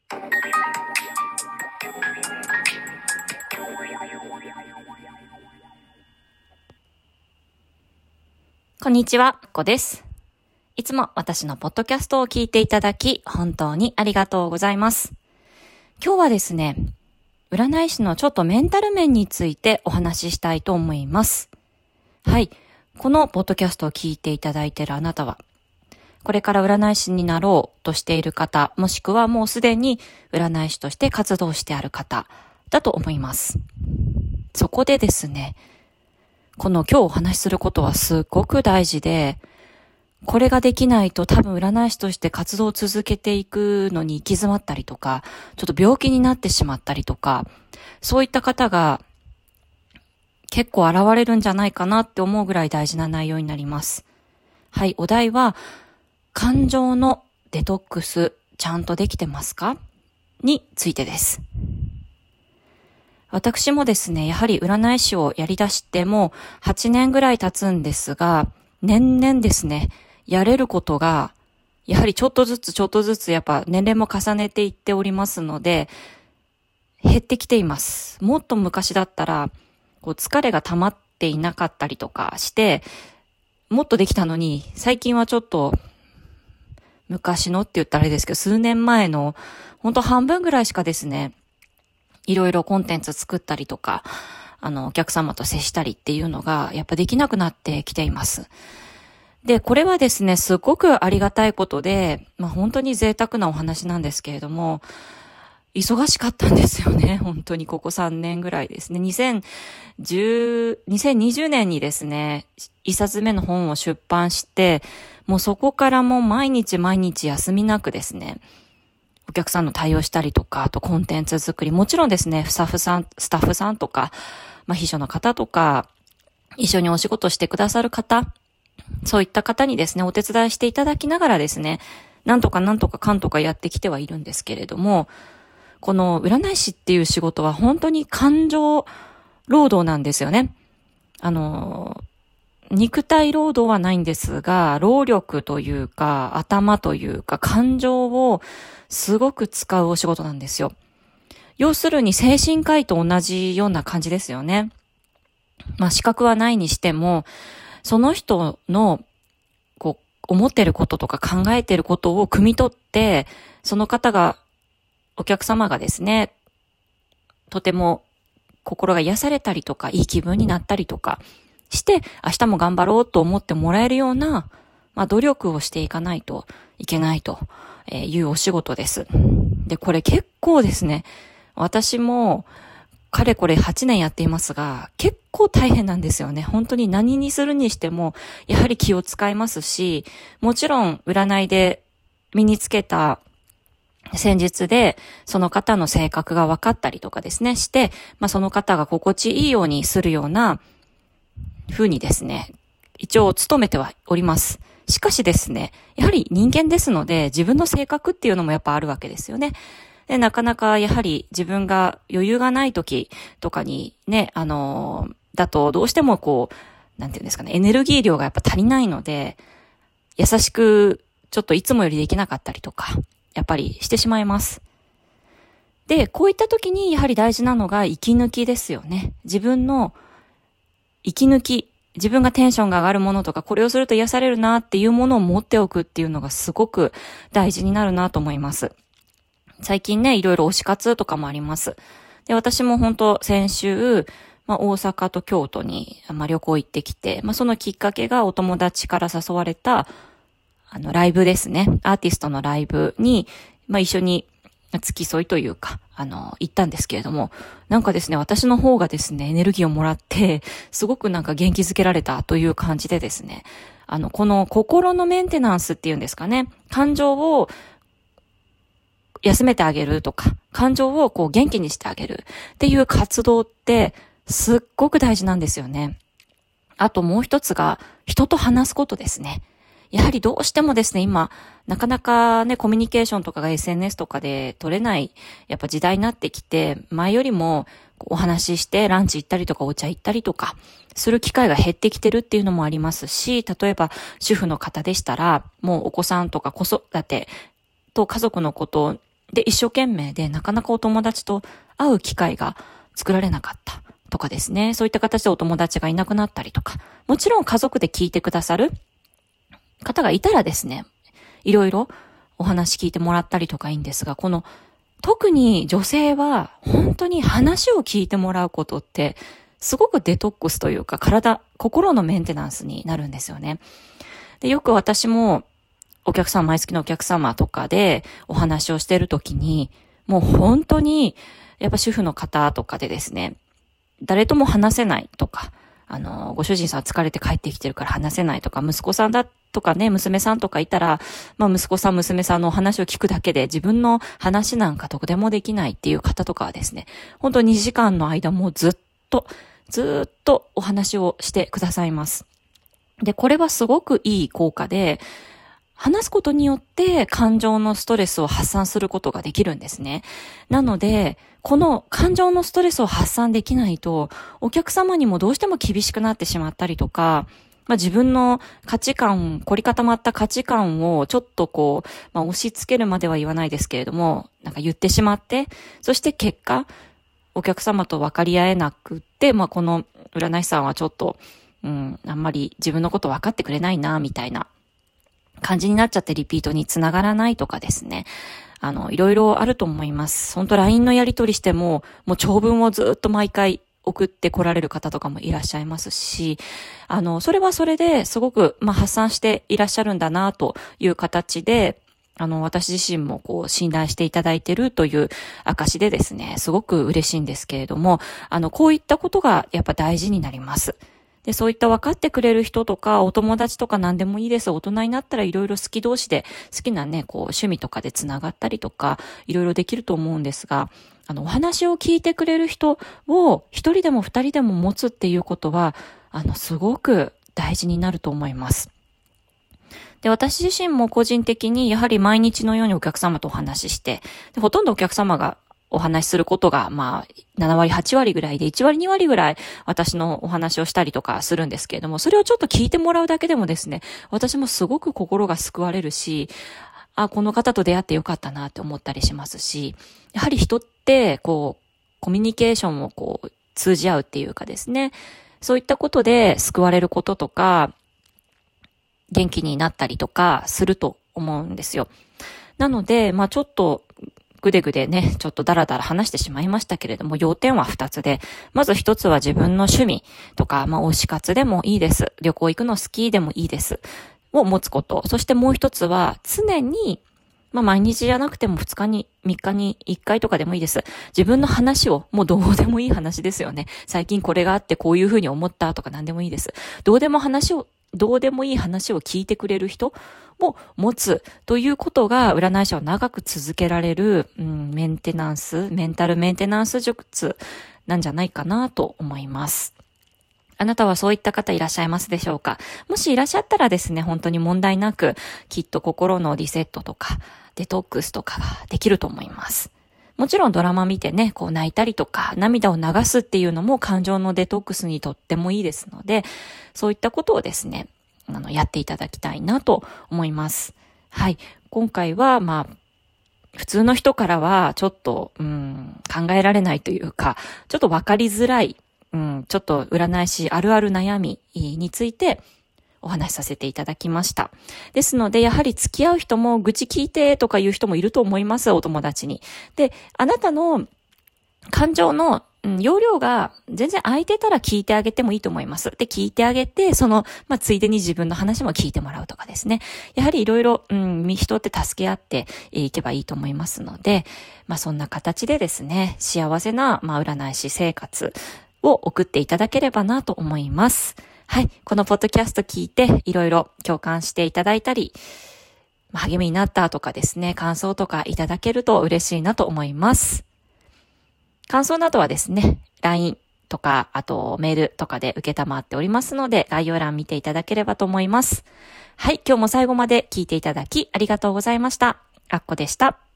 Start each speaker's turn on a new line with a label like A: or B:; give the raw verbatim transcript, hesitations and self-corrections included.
A: こんにちは、こです。いつも私のポッドキャストを聞いていただき、本当にありがとうございます。今日はですね、占い師のちょっとメンタル面についてお話ししたいと思います。はい。このポッドキャストを聞いていただいているあなたは、これから占い師になろうとしている方、もしくはもうすでに占い師として活動してある方だと思います。そこでですね、この今日お話しすることはすごく大事で、これができないと多分占い師として活動を続けていくのに行き詰まったりとか、ちょっと病気になってしまったりとか、そういった方が結構現れるんじゃないかなって思うぐらい大事な内容になります。はい、お題は、感情のデトックスちゃんとできてますか？についてです。私もですね、やはり占い師をやり出してもはちねんぐらい経つんですが、年々ですね、やれることが、やはりちょっとずつちょっとずつやっぱ年齢も重ねていっておりますので、減ってきています。もっと昔だったら、こう疲れが溜まっていなかったりとかして、もっとできたのに、最近はちょっと、昔のって言ったらあれですけど、数年前の、ほんと半分ぐらいしかですね、いろいろコンテンツ作ったりとか、あの、お客様と接したりっていうのが、やっぱできなくなってきています。で、これはですね、すごくありがたいことで、まあ本当に贅沢なお話なんですけれども、忙しかったんですよね。本当にここさんねんぐらいですね。にせんじゅう、にせんにじゅうねんにですね、一冊目の本を出版して、もうそこからもう毎日毎日休みなくですね、お客さんの対応したりとか、あとコンテンツ作り、もちろんですね、スタッフさん、スタッフさんとか、まあ秘書の方とか、一緒にお仕事してくださる方、そういった方にですね、お手伝いしていただきながらですね、なんとかなんとかかんとかやってきてはいるんですけれども、この占い師っていう仕事は本当に感情労働なんですよね。あの、肉体労働はないんですが、労力というか、頭というか、感情をすごく使うお仕事なんですよ。要するに精神科医と同じような感じですよね。まあ資格はないにしても、その人のこう思ってることとか考えてることを汲み取って、その方が、お客様がですね、とても心が癒されたりとか、いい気分になったりとかして、明日も頑張ろうと思ってもらえるような、まあ努力をしていかないといけないというお仕事です。で、これ結構ですね、私もかれこれはちねんやっていますが、結構大変なんですよね。本当に何にするにしても、やはり気を使いますし、もちろん占いで身につけた戦術で、その方の性格が分かったりとかですね、して、まあその方が心地いいようにするような風にですね、一応努めてはおります。しかしですね、やはり人間ですので、自分の性格っていうのもやっぱあるわけですよね。で、なかなかやはり自分が余裕がない時とかにね、あのー、だとどうしてもこう、なんていうんですかね、エネルギー量がやっぱ足りないので、優しくちょっといつもよりできなかったりとか、やっぱりしてしまいます。で、こういった時にやはり大事なのが息抜きですよね。自分の息抜き、自分がテンションが上がるものとか、これをすると癒されるなっていうものを持っておくっていうのがすごく大事になるなと思います。最近ね、いろいろ推し活とかもあります。で、私も本当先週、まあ、大阪と京都に、まあ、旅行行ってきて、まあ、そのきっかけがお友達から誘われた、あの、ライブですね。アーティストのライブに、まあ、一緒に付き添いというか、あの、行ったんですけれども、なんかですね、私の方がですね、エネルギーをもらって、すごくなんか元気づけられたという感じでですね、あの、この心のメンテナンスっていうんですかね、感情を休めてあげるとか、感情をこう元気にしてあげるっていう活動ってすっごく大事なんですよね。あともう一つが人と話すことですね。やはりどうしてもですね、今、なかなかね、コミュニケーションとかが エスエヌエス とかで取れない、やっぱ時代になってきて、前よりもお話ししてランチ行ったりとかお茶行ったりとか、する機会が減ってきてるっていうのもありますし、例えば主婦の方でしたら、もうお子さんとか子育てと家族のことで、一生懸命でなかなかお友達と会う機会が作られなかったとかですね。そういった形でお友達がいなくなったりとか、もちろん家族で聞いてくださる方がいたらですね、いろいろお話聞いてもらったりとかいいんですが、この特に女性は本当に話を聞いてもらうことってすごくデトックスというか体、心のメンテナンスになるんですよね。で、よく私もお客様、毎月のお客様とかでお話をしているときに、もう本当にやっぱ主婦の方とかでですね、誰とも話せないとか、あの、ご主人さん疲れて帰ってきてるから話せないとか、息子さんだとかね、娘さんとかいたら、まあ息子さん、娘さんのお話を聞くだけで自分の話なんかどこでもできないっていう方とかはですね、本当ににじかんの間もうずっと、ずっとお話をしてくださいます。で、これはすごくいい効果で、話すことによって感情のストレスを発散することができるんですね。なので、この感情のストレスを発散できないと、お客様にもどうしても厳しくなってしまったりとか、まあ、自分の価値観、凝り固まった価値観をちょっとこう、まあ、押し付けるまでは言わないですけれども、なんか言ってしまって、そして結果、お客様と分かり合えなくって、まあ、この占い師さんはちょっと、うん、あんまり自分のこと分かってくれないな、みたいな感じになっちゃってリピートにつながらないとかですね。あの、いろいろあると思います。本当 ライン のやり取りしても、もう長文をずっと毎回送って来られる方とかもいらっしゃいますし、あの、それはそれですごく、まあ、発散していらっしゃるんだなという形で、あの、私自身もこう、信頼していただいているという証でですね、すごく嬉しいんですけれども、あの、こういったことがやっぱ大事になります。で、そういった分かってくれる人とか、お友達とか何でもいいです。大人になったらいろいろ好き同士で、好きなね、こう、趣味とかでつながったりとか、いろいろできると思うんですが、あの、お話を聞いてくれる人を一人でも二人でも持つっていうことは、あの、すごく大事になると思います。で、私自身も個人的にやはり毎日のようにお客様とお話しして、でほとんどお客様がお話しすることが、まあ、ななわり、はちわりぐらいで、いちわり、にわりぐらい私のお話をしたりとかするんですけれども、それをちょっと聞いてもらうだけでもですね、私もすごく心が救われるし、あ、この方と出会ってよかったなって思ったりしますし、やはり人って、こう、コミュニケーションをこう、通じ合うっていうかですね、そういったことで救われることとか、元気になったりとかすると思うんですよ。なので、まあちょっと、ぐでぐでね、ちょっとダラダラ話してしまいましたけれども、要点は二つで、まず一つは自分の趣味とか、まあ推し活でもいいです。旅行行くの好きでもいいです。を持つこと。そしてもう一つは、常に、まあ毎日じゃなくても二日に、三日に一回とかでもいいです。自分の話を、もうどうでもいい話ですよね。最近これがあってこういうふうに思ったとか何でもいいです。どうでも話を、どうでもいい話を聞いてくれる人を持つということが占い師を長く続けられる、うん、メンテナンス、メンタルメンテナンス術なんじゃないかなと思います。あなたはそういった方いらっしゃいますでしょうか？もしいらっしゃったらですね、本当に問題なく、きっと心のリセットとか、デトックスとかができると思います。もちろんドラマ見てね、こう泣いたりとか、涙を流すっていうのも感情のデトックスにとってもいいですので、そういったことをですね、あの、やっていただきたいなと思います。はい。今回は、まあ、普通の人からはちょっと、うん、考えられないというか、ちょっとわかりづらい、うん、ちょっと占い師あるある悩みについてお話しさせていただきました。ですので、やはり付き合う人も愚痴聞いてとかいう人もいると思います、お友達に。で、あなたの感情の、うん、容量が全然空いてたら聞いてあげてもいいと思います。で、聞いてあげて、その、まあ、ついでに自分の話も聞いてもらうとかですね。やはりいろいろ、うん、人って助け合っていけばいいと思いますので、まあ、そんな形でですね、幸せな、まあ、占い師生活を送っていただければなと思います。はい。このポッドキャスト聞いて、いろいろ共感していただいたり、励みになったとかですね、感想とかいただけると嬉しいなと思います。感想などはですね、ライン とか、あとメールとかで受けたまっておりますので、概要欄見ていただければと思います。はい。今日も最後まで聞いていただきありがとうございました。あっこでした。